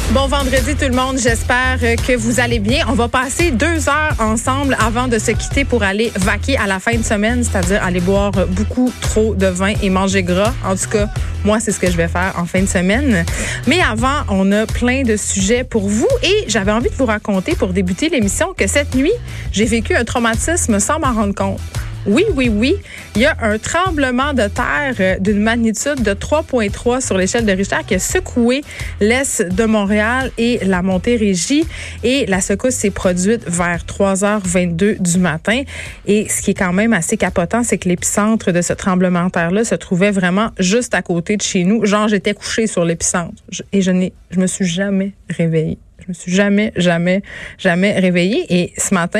Bon vendredi tout le monde, j'espère que vous allez bien. On va passer 2 heures ensemble avant de se quitter pour aller vaquer à la fin de semaine, c'est-à-dire aller boire beaucoup trop de vin et manger gras. En tout cas, moi, c'est ce que je vais faire en fin de semaine. Mais avant, on a plein de sujets pour vous et j'avais envie de vous raconter pour débuter l'émission que cette nuit, j'ai vécu un traumatisme sans m'en rendre compte. Oui. Il y a un tremblement de terre d'une magnitude de 3,3 sur l'échelle de Richter qui a secoué l'est de Montréal et la Montérégie. Et la secousse s'est produite vers 3h22 du matin. Et ce qui est quand même assez capotant, c'est que l'épicentre de ce tremblement de terre-là se trouvait vraiment juste à côté de chez nous. Genre, j'étais couchée sur l'épicentre. Et je me suis jamais réveillée. Je me suis jamais réveillée. Et ce matin,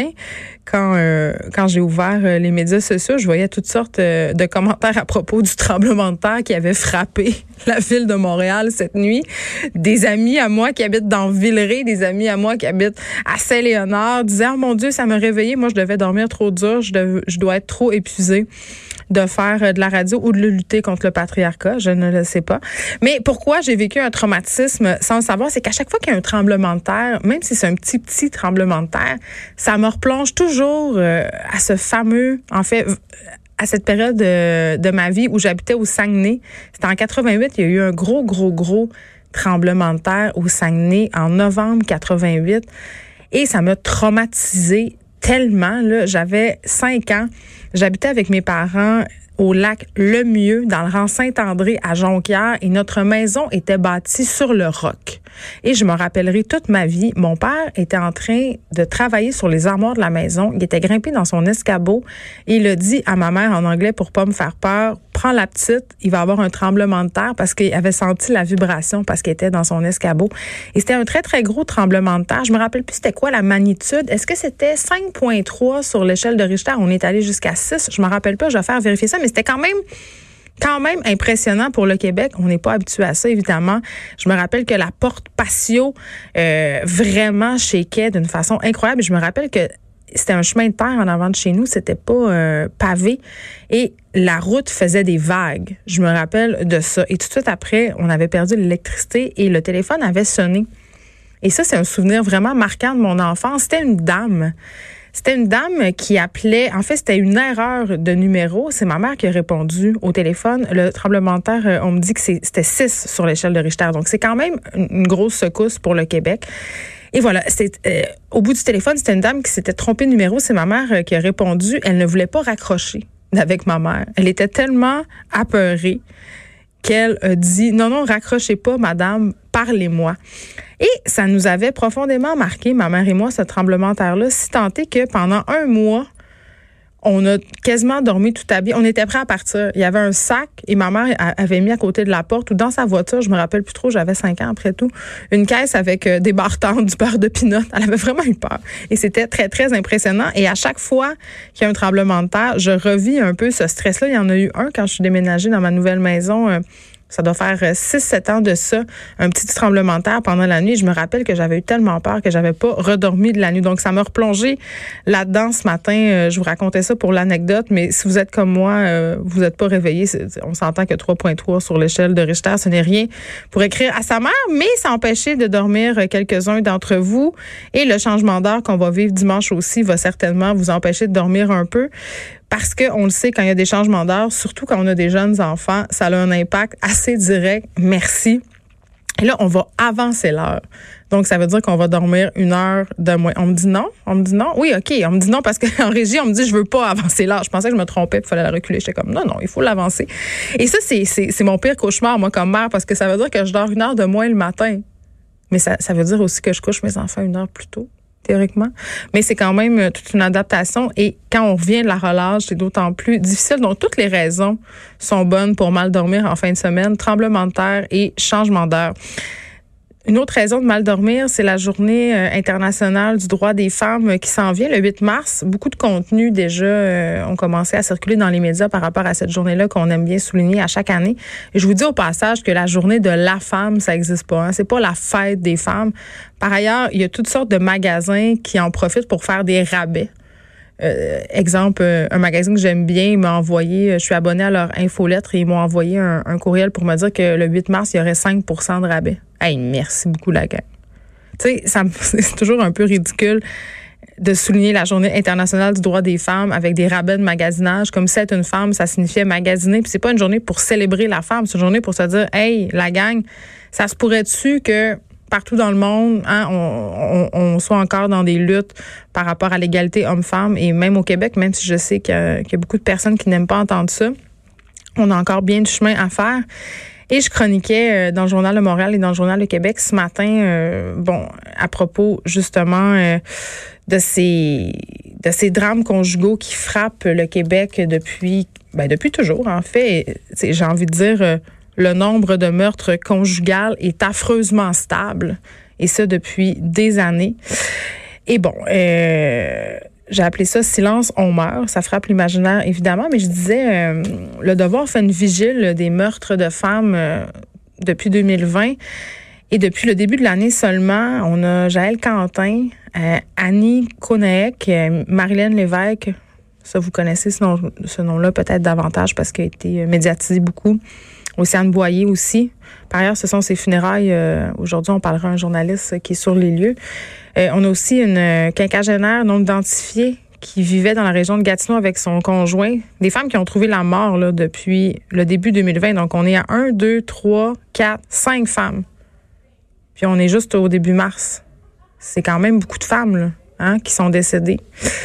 quand j'ai ouvert les médias sociaux, je voyais toutes sortes de commentaires à propos du tremblement de terre qui avait frappé la ville de Montréal cette nuit. Des amis à moi qui habitent dans Villeray, des amis à moi qui habitent à Saint-Léonard disaient « Oh mon Dieu, ça m'a réveillée. Moi, je devais dormir trop dur. Je dois être trop épuisée de faire de la radio ou de lutter contre le patriarcat. Je ne le sais pas. » Mais pourquoi j'ai vécu un traumatisme sans le savoir, c'est qu'à chaque fois qu'il y a un tremblement de terre, même si c'est un petit tremblement de terre, ça me replonge toujours à ce fameux, en fait, à cette période de ma vie où j'habitais au Saguenay. C'était en 88, il y a eu un gros tremblement de terre au Saguenay en novembre 88 et ça m'a traumatisée tellement. Là, j'avais 5 ans, j'habitais avec mes parents au lac Lemieux, dans le rang Saint-André à Jonquière, et notre maison était bâtie sur le roc. Et je me rappellerai toute ma vie, mon père était en train de travailler sur les armoires de la maison. Il était grimpé dans son escabeau et il a dit à ma mère en anglais pour pas me faire peur, « Prends la petite, il va y avoir un tremblement de terre » parce qu'il avait senti la vibration parce qu'il était dans son escabeau. Et c'était un très gros tremblement de terre. Je me rappelle plus c'était quoi la magnitude. Est-ce que c'était 5,3 sur l'échelle de Richter? On est allé jusqu'à 6. Je me rappelle pas, je vais faire vérifier ça, mais c'était quand même impressionnant pour le Québec. On n'est pas habitué à ça, évidemment. Je me rappelle que la porte patio vraiment shakeait d'une façon incroyable. Je me rappelle que c'était un chemin de terre en avant de chez nous. C'était pas pavé. Et la route faisait des vagues. Je me rappelle de ça. Et tout de suite après, on avait perdu l'électricité et le téléphone avait sonné. Et ça, c'est un souvenir vraiment marquant de mon enfance. C'était une dame qui appelait, en fait, c'était une erreur de numéro. C'est ma mère qui a répondu au téléphone. Le tremblement de terre, on me dit que c'était 6 sur l'échelle de Richter. Donc, c'est quand même une grosse secousse pour le Québec. Et voilà, au bout du téléphone, c'était une dame qui s'était trompée de numéro. C'est ma mère qui a répondu. Elle ne voulait pas raccrocher avec ma mère. Elle était tellement apeurée qu'elle a dit « Non, raccrochez pas, madame, parlez-moi ». Et ça nous avait profondément marqué, ma mère et moi, ce tremblement de terre-là, si tant est que pendant 1 mois, on a quasiment dormi tout habillé. On était prêts à partir. Il y avait un sac et ma mère avait mis à côté de la porte ou dans sa voiture, je me rappelle plus trop, j'avais 5 ans après tout, une caisse avec des barres-tentes, du beurre de pinot. Elle avait vraiment eu peur. Et c'était très impressionnant. Et à chaque fois qu'il y a un tremblement de terre, je revis un peu ce stress-là. Il y en a eu un quand je suis déménagée dans ma nouvelle maison. Ça doit faire 6-7 ans de ça, un petit tremblement de terre pendant la nuit. Je me rappelle que j'avais eu tellement peur que j'avais pas redormi de la nuit. Donc, ça m'a replongé là-dedans ce matin. Je vous racontais ça pour l'anecdote, mais si vous êtes comme moi, vous n'êtes pas réveillé. On s'entend que 3,3 sur l'échelle de Richter, ce n'est rien pour écrire à sa mère, mais ça a empêché de dormir quelques-uns d'entre vous. Et le changement d'heure qu'on va vivre dimanche aussi va certainement vous empêcher de dormir un peu. Parce que on le sait, quand il y a des changements d'heure, surtout quand on a des jeunes enfants, ça a un impact assez direct. Merci. Et là, on va avancer l'heure. Donc, ça veut dire qu'on va dormir 1 heure de moins. On me dit non? Oui, OK. On me dit non parce qu'en régie, on me dit je veux pas avancer l'heure. Je pensais que je me trompais, il fallait la reculer. J'étais comme non, il faut l'avancer. Et ça, c'est mon pire cauchemar, moi, comme mère, parce que ça veut dire que je dors 1 heure de moins le matin. Mais ça veut dire aussi que je couche mes enfants 1 heure plus tôt, théoriquement. Mais c'est quand même toute une adaptation. Et quand on revient de la relâche, c'est d'autant plus difficile. Donc, toutes les raisons sont bonnes pour mal dormir en fin de semaine. Tremblement de terre et changement d'heure. Une autre raison de mal dormir, c'est la journée internationale du droit des femmes qui s'en vient le 8 mars. Beaucoup de contenus déjà ont commencé à circuler dans les médias par rapport à cette journée-là qu'on aime bien souligner à chaque année. Et je vous dis au passage que la journée de la femme, ça n'existe pas. Hein. C'est pas la fête des femmes. Par ailleurs, il y a toutes sortes de magasins qui en profitent pour faire des rabais. Exemple, un magazine que j'aime bien, il m'a envoyé, je suis abonnée à leur infolettre et ils m'ont envoyé un courriel pour me dire que le 8 mars, il y aurait 5% de rabais. Hey, merci beaucoup la gang. Tu sais, c'est toujours un peu ridicule de souligner la Journée internationale du droit des femmes avec des rabais de magasinage. Comme si être une femme, ça signifiait magasiner. Puis c'est pas une journée pour célébrer la femme, c'est une journée pour se dire, hey, la gang, ça se pourrait-tu que partout dans le monde, hein, on soit encore dans des luttes par rapport à l'égalité homme-femme, et même au Québec, même si je sais qu'il y a beaucoup de personnes qui n'aiment pas entendre ça, on a encore bien du chemin à faire. Et je chroniquais dans le Journal de Montréal et dans le Journal de Québec ce matin, à propos justement de ces drames conjugaux qui frappent le Québec depuis toujours, en fait. J'ai envie de dire, le nombre de meurtres conjugaux est affreusement stable, et ça depuis des années. Et bon, j'ai appelé ça « Silence, on meurt ». Ça frappe l'imaginaire, évidemment, mais je disais, le Devoir fait une vigile des meurtres de femmes depuis 2020. Et depuis le début de l'année seulement, on a Jaël Quentin, Annie Konaek, Marilyn Lévesque. Ça, vous connaissez ce nom-là peut-être davantage parce qu'il a été médiatisé beaucoup. Océane Boyer aussi. Par ailleurs, ce sont ses funérailles. Aujourd'hui, on parlera à un journaliste qui est sur les lieux. On a aussi une quinquagénaire non identifiée qui vivait dans la région de Gatineau avec son conjoint. Des femmes qui ont trouvé la mort là, depuis le début 2020. Donc, on est à 1, 2, 3, 4, 5 femmes. Puis on est juste au début mars. C'est quand même beaucoup de femmes là, hein, qui sont décédées.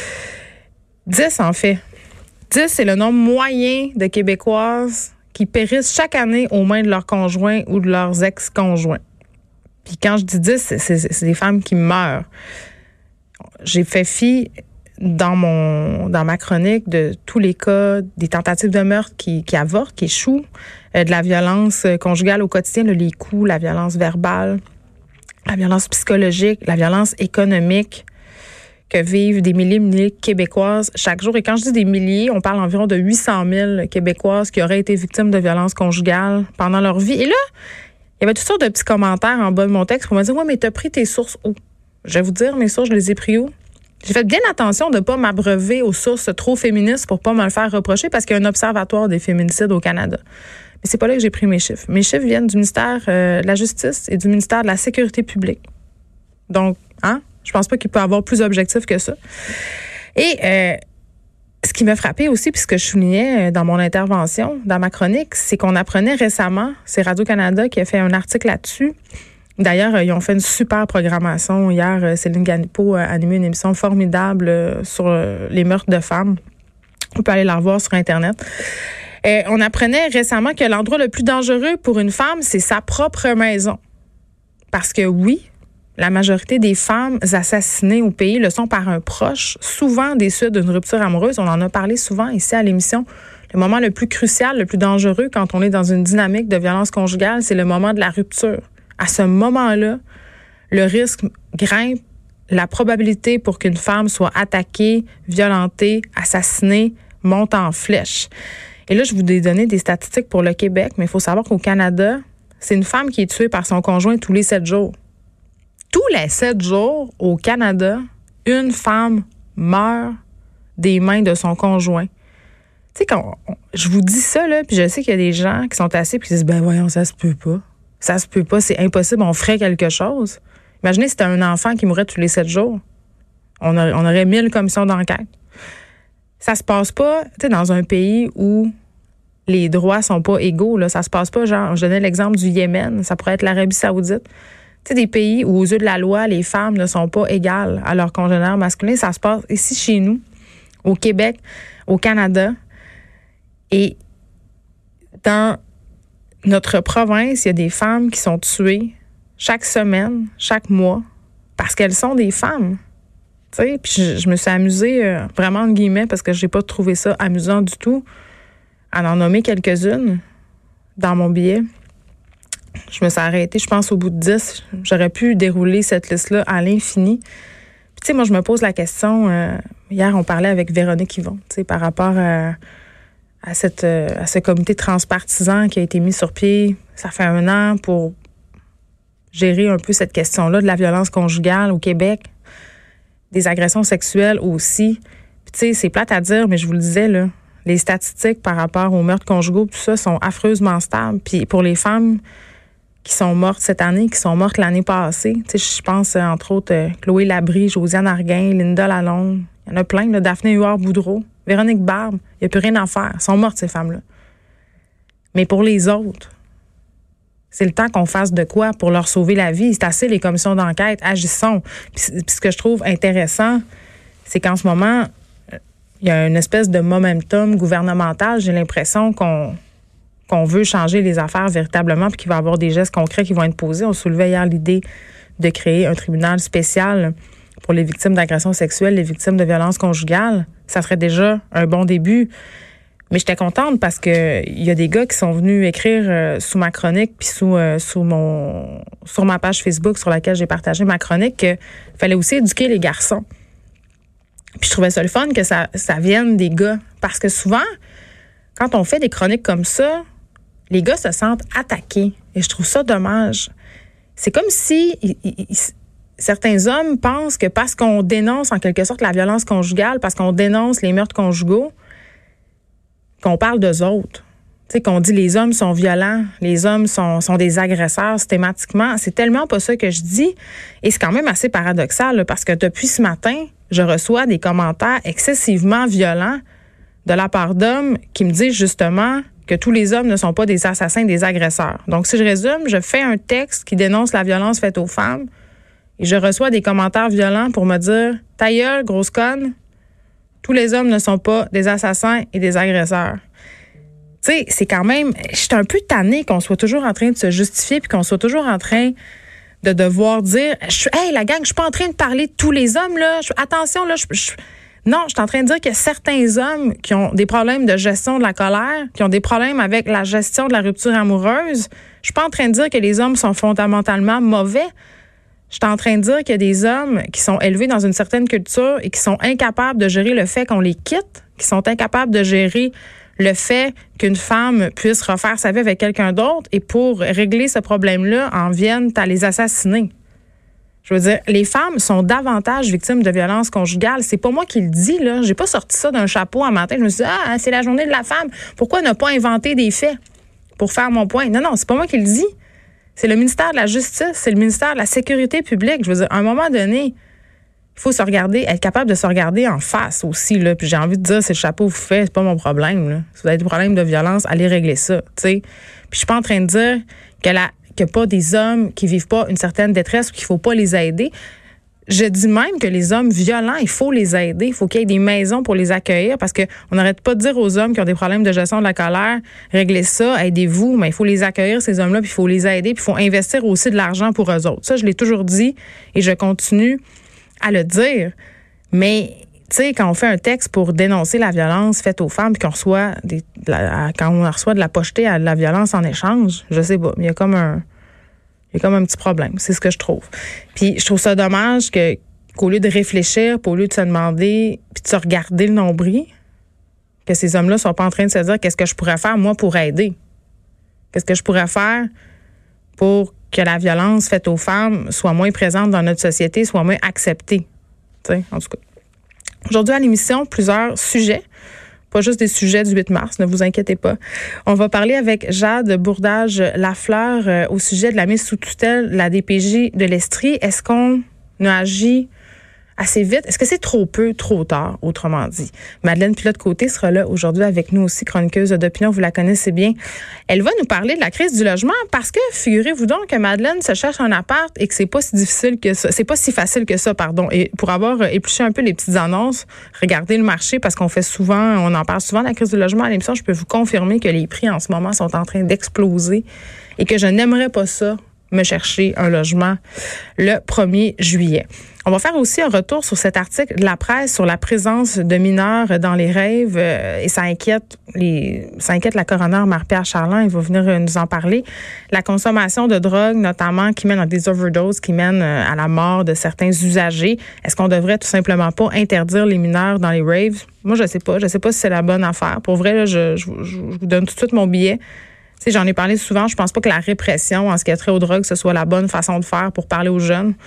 10 en fait. 10, c'est le nombre moyen de Québécoises qui périssent chaque année aux mains de leurs conjoints ou de leurs ex-conjoints. Puis quand je dis 10, c'est des femmes qui meurent. J'ai fait fi dans ma chronique de tous les cas des tentatives de meurtre qui avortent, qui échouent, de la violence conjugale au quotidien, les coups, la violence verbale, la violence psychologique, la violence économique que vivent des milliers de Québécoises chaque jour. Et quand je dis des milliers, on parle environ de 800 000 Québécoises qui auraient été victimes de violences conjugales pendant leur vie. Et là, il y avait toutes sortes de petits commentaires en bas de mon texte pour me dire « Ouais, mais t'as pris tes sources où? » Je vais vous dire, mes sources, je les ai pris où? J'ai fait bien attention de ne pas m'abreuver aux sources trop féministes pour pas me le faire reprocher parce qu'il y a un observatoire des féminicides au Canada. Mais c'est pas là que j'ai pris mes chiffres. Mes chiffres viennent du ministère de la Justice et du ministère de la Sécurité publique. Donc, je pense pas qu'il peut y avoir plus objectif que ça. Et ce qui m'a frappé aussi, puis ce que je soulignais dans mon intervention, dans ma chronique, c'est qu'on apprenait récemment, c'est Radio-Canada qui a fait un article là-dessus. D'ailleurs, ils ont fait une super programmation. Hier, Céline Galipo a animé une émission formidable sur les meurtres de femmes. On peut aller la revoir sur Internet. On apprenait récemment que l'endroit le plus dangereux pour une femme, c'est sa propre maison. Parce que oui, la majorité des femmes assassinées au pays le sont par un proche, souvent des suites d'une rupture amoureuse. On en a parlé souvent ici à l'émission. Le moment le plus crucial, le plus dangereux quand on est dans une dynamique de violence conjugale, c'est le moment de la rupture. À ce moment-là, le risque grimpe, la probabilité pour qu'une femme soit attaquée, violentée, assassinée monte en flèche. Et là, je vous ai donné des statistiques pour le Québec, mais il faut savoir qu'au Canada, c'est une femme qui est tuée par son conjoint tous les 7 jours. Tous les 7 jours, au Canada, une femme meurt des mains de son conjoint. Tu sais, quand je vous dis ça, là, puis je sais qu'il y a des gens qui sont assis et qui disent « Ben voyons, ça se peut pas. Ça se peut pas, c'est impossible, on ferait quelque chose. » Imaginez si c'était un enfant qui mourrait tous les 7 jours. On aurait 1000 commissions d'enquête. Ça se passe pas, tu sais, dans un pays où les droits sont pas égaux, là. Ça se passe pas, genre, je donnais l'exemple du Yémen, ça pourrait être l'Arabie Saoudite. Tu sais, des pays où, aux yeux de la loi, les femmes ne sont pas égales à leurs congénères masculins. Ça se passe ici, chez nous, au Québec, au Canada. Et dans notre province, il y a des femmes qui sont tuées chaque semaine, chaque mois, parce qu'elles sont des femmes. Tu sais, puis je me suis amusée, vraiment, entre guillemets, parce que j'ai pas trouvé ça amusant du tout, à en nommer quelques-unes dans mon billet. Je me suis arrêtée, je pense, au bout de 10. J'aurais pu dérouler cette liste-là à l'infini. Puis, tu sais, moi, je me pose la question. Hier, on parlait avec Véronique Yvon, tu sais, par rapport à ce comité transpartisan qui a été mis sur pied, ça fait 1 an, pour gérer un peu cette question-là de la violence conjugale au Québec, des agressions sexuelles aussi. Puis, tu sais, c'est plate à dire, mais je vous le disais, là, les statistiques par rapport aux meurtres conjugaux, tout ça, sont affreusement stables. Puis, pour les femmes qui sont mortes cette année, qui sont mortes l'année passée. Tu sais, je pense, entre autres, Chloé Labrie, Josiane Arguin, Linda Lalonde. Il y en a plein, là, Daphné Huard-Boudreau, Véronique Barbe. Il n'y a plus rien à faire. Elles sont mortes, ces femmes-là. Mais pour les autres, c'est le temps qu'on fasse de quoi pour leur sauver la vie. C'est assez les commissions d'enquête. Agissons. Puis ce que je trouve intéressant, c'est qu'en ce moment, il y a une espèce de momentum gouvernemental. J'ai l'impression qu'on veut changer les affaires véritablement puis qu'il va y avoir des gestes concrets qui vont être posés. On soulevait hier l'idée de créer un tribunal spécial pour les victimes d'agressions sexuelles, les victimes de violences conjugales. Ça serait déjà un bon début. Mais j'étais contente parce que il y a des gars qui sont venus écrire sous ma chronique puis sur ma page Facebook sur laquelle j'ai partagé ma chronique qu'il fallait aussi éduquer les garçons. Puis je trouvais ça le fun que ça vienne des gars. Parce que souvent, quand on fait des chroniques comme ça, les gars se sentent attaqués. Et je trouve ça dommage. C'est comme si certains hommes pensent que parce qu'on dénonce en quelque sorte la violence conjugale, parce qu'on dénonce les meurtres conjugaux, qu'on parle d'eux autres. Tu sais, qu'on dit les hommes sont violents, les hommes sont des agresseurs systématiquement. C'est tellement pas ça que je dis. Et c'est quand même assez paradoxal, là, parce que depuis ce matin, je reçois des commentaires excessivement violents de la part d'hommes qui me disent justement que tous les hommes ne sont pas des assassins, des agresseurs. Donc, si je résume, je fais un texte qui dénonce la violence faite aux femmes et je reçois des commentaires violents pour me dire « Ta gueule, grosse conne, tous les hommes ne sont pas des assassins et des agresseurs. » Tu sais, c'est quand même... Je suis un peu tannée qu'on soit toujours en train de se justifier puis qu'on soit toujours en train de devoir dire « Hey, la gang, je suis pas en train de parler de tous les hommes, là. Attention, là, non, je suis en train de dire qu'il y a certains hommes qui ont des problèmes de gestion de la colère, qui ont des problèmes avec la gestion de la rupture amoureuse. Je suis pas en train de dire que les hommes sont fondamentalement mauvais. Je suis en train de dire qu'il y a des hommes qui sont élevés dans une certaine culture et qui sont incapables de gérer le fait qu'on les quitte, qui sont incapables de gérer le fait qu'une femme puisse refaire sa vie avec quelqu'un d'autre et pour régler ce problème-là, en viennent à les assassiner. Je veux dire, les femmes sont davantage victimes de violences conjugales. C'est pas moi qui le dis, là. J'ai pas sorti ça d'un chapeau un matin. Je me suis dit, c'est la journée de la femme. Pourquoi ne pas inventer des faits pour faire mon point? Non, c'est pas moi qui le dis. C'est le ministère de la Justice, c'est le ministère de la Sécurité publique. Je veux dire, à un moment donné, il faut se regarder, être capable de se regarder en face aussi, là. Puis j'ai envie de dire, c'est le chapeau que vous faites, c'est pas mon problème, là. Si vous avez des problèmes de violence, allez régler ça, tu sais. Puis je suis pas en train de dire qu'il n'y a pas des hommes qui vivent pas une certaine détresse ou qu'il faut pas les aider. Je dis même que les hommes violents, il faut les aider. Il faut qu'il y ait des maisons pour les accueillir parce qu'on n'arrête pas de dire aux hommes qui ont des problèmes de gestion de la colère, réglez ça, aidez-vous. Mais il faut les accueillir, ces hommes-là, puis il faut les aider, puis il faut investir aussi de l'argent pour eux autres. Ça, je l'ai toujours dit et je continue à le dire. Mais, tu sais, quand on fait un texte pour dénoncer la violence faite aux femmes puis qu'on reçoit quand on reçoit de la pocheté à de la violence en échange, je sais pas, mais il y a comme un petit problème. C'est ce que je trouve. Puis je trouve ça dommage qu'au lieu de réfléchir, puis au lieu de se demander, puis de se regarder le nombril, que ces hommes-là soient pas en train de se dire qu'est-ce que je pourrais faire, moi, pour aider. Qu'est-ce que je pourrais faire pour que la violence faite aux femmes soit moins présente dans notre société, soit moins acceptée. Tu sais, en tout cas. Aujourd'hui, à l'émission, plusieurs sujets. Pas juste des sujets du 8 mars, ne vous inquiétez pas. On va parler avec Jade Bourdage-Lafleur au sujet de la mise sous tutelle de la DPJ de l'Estrie. Est-ce qu'on a agi assez vite? Est-ce que c'est trop peu, trop tard, autrement dit? Madeleine Pilote-Côté sera là aujourd'hui avec nous aussi, chroniqueuse d'opinion, vous la connaissez bien. Elle va nous parler de la crise du logement parce que, figurez-vous donc que Madeleine se cherche un appart et que c'est pas si difficile que ça. C'est pas si facile que ça, pardon. Et pour avoir épluché un peu les petites annonces, regardez le marché parce qu'on en parle souvent de la crise du logement à l'émission, je peux vous confirmer que les prix en ce moment sont en train d'exploser et que je n'aimerais pas ça, me chercher un logement le 1er juillet. On va faire aussi un retour sur cet article de la presse sur la présence de mineurs dans les raves et ça inquiète la coroner Marie-Pierre Charland. Il va venir nous en parler. La consommation de drogue, notamment, qui mène à des overdoses, qui mène à la mort de certains usagers. Est-ce qu'on devrait tout simplement pas interdire les mineurs dans les raves? Moi, je sais pas. Je sais pas si c'est la bonne affaire. Pour vrai, là, je vous donne tout de suite mon billet. Tu sais, j'en ai parlé souvent. Je pense pas que la répression en ce qui a trait aux drogues, ce soit la bonne façon de faire pour parler aux jeunes.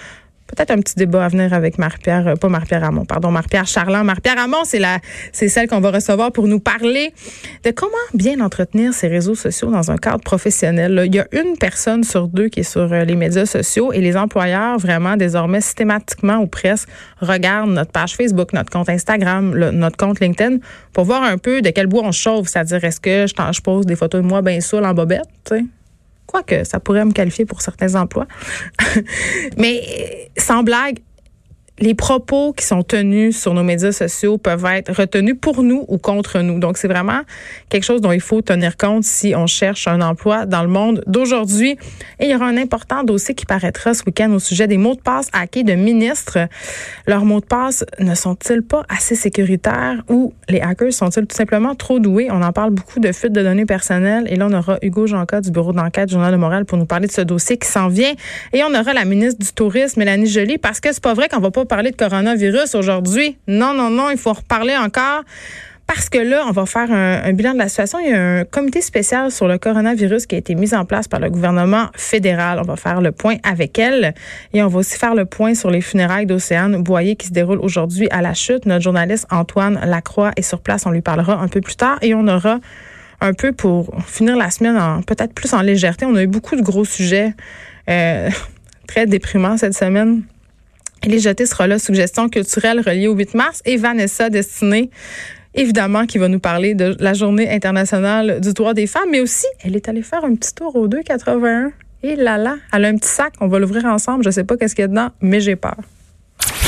peut-être un petit débat à venir avec Marie-Pierre Charland. Marie-Pierre Hamon, c'est celle qu'on va recevoir pour nous parler de comment bien entretenir ses réseaux sociaux dans un cadre professionnel. Là, il y a une personne sur deux qui est sur les médias sociaux et les employeurs, vraiment, désormais, systématiquement ou presque, regardent notre page Facebook, notre compte Instagram, notre compte LinkedIn pour voir un peu de quel bois on chauffe. C'est-à-dire, est-ce que je pose des photos de moi bien saoul en bobette, tu sais? Quoique, ça pourrait me qualifier pour certains emplois. Mais sans blague, les propos qui sont tenus sur nos médias sociaux peuvent être retenus pour nous ou contre nous. Donc, c'est vraiment quelque chose dont il faut tenir compte si on cherche un emploi dans le monde d'aujourd'hui. Et il y aura un important dossier qui paraîtra ce week-end au sujet des mots de passe hackés de ministres. Leurs mots de passe ne sont-ils pas assez sécuritaires ou les hackers sont-ils tout simplement trop doués? On en parle beaucoup de fuite de données personnelles. Et là, on aura Hugo Jonca du bureau d'enquête du Journal de Montréal pour nous parler de ce dossier qui s'en vient. Et on aura la ministre du Tourisme, Mélanie Joly, parce que c'est pas vrai qu'on va pas parler de coronavirus aujourd'hui. Non, il faut en reparler encore parce que là, on va faire un bilan de la situation. Il y a un comité spécial sur le coronavirus qui a été mis en place par le gouvernement fédéral. On va faire le point avec elle et on va aussi faire le point sur les funérailles d'Océane Boyer qui se déroulent aujourd'hui à la Chute. Notre journaliste Antoine Lacroix est sur place. On lui parlera un peu plus tard et on aura un peu pour finir la semaine peut-être plus en légèreté. On a eu beaucoup de gros sujets très déprimants cette semaine. Elie Jeté sera là, suggestions culturelles reliées au 8 mars. Et Vanessa Destinée, évidemment, qui va nous parler de la Journée internationale du droit des femmes. Mais aussi, elle est allée faire un petit tour au 281. Et là, elle a un petit sac. On va l'ouvrir ensemble. Je ne sais pas qu'est-ce qu'il y a dedans, mais j'ai peur.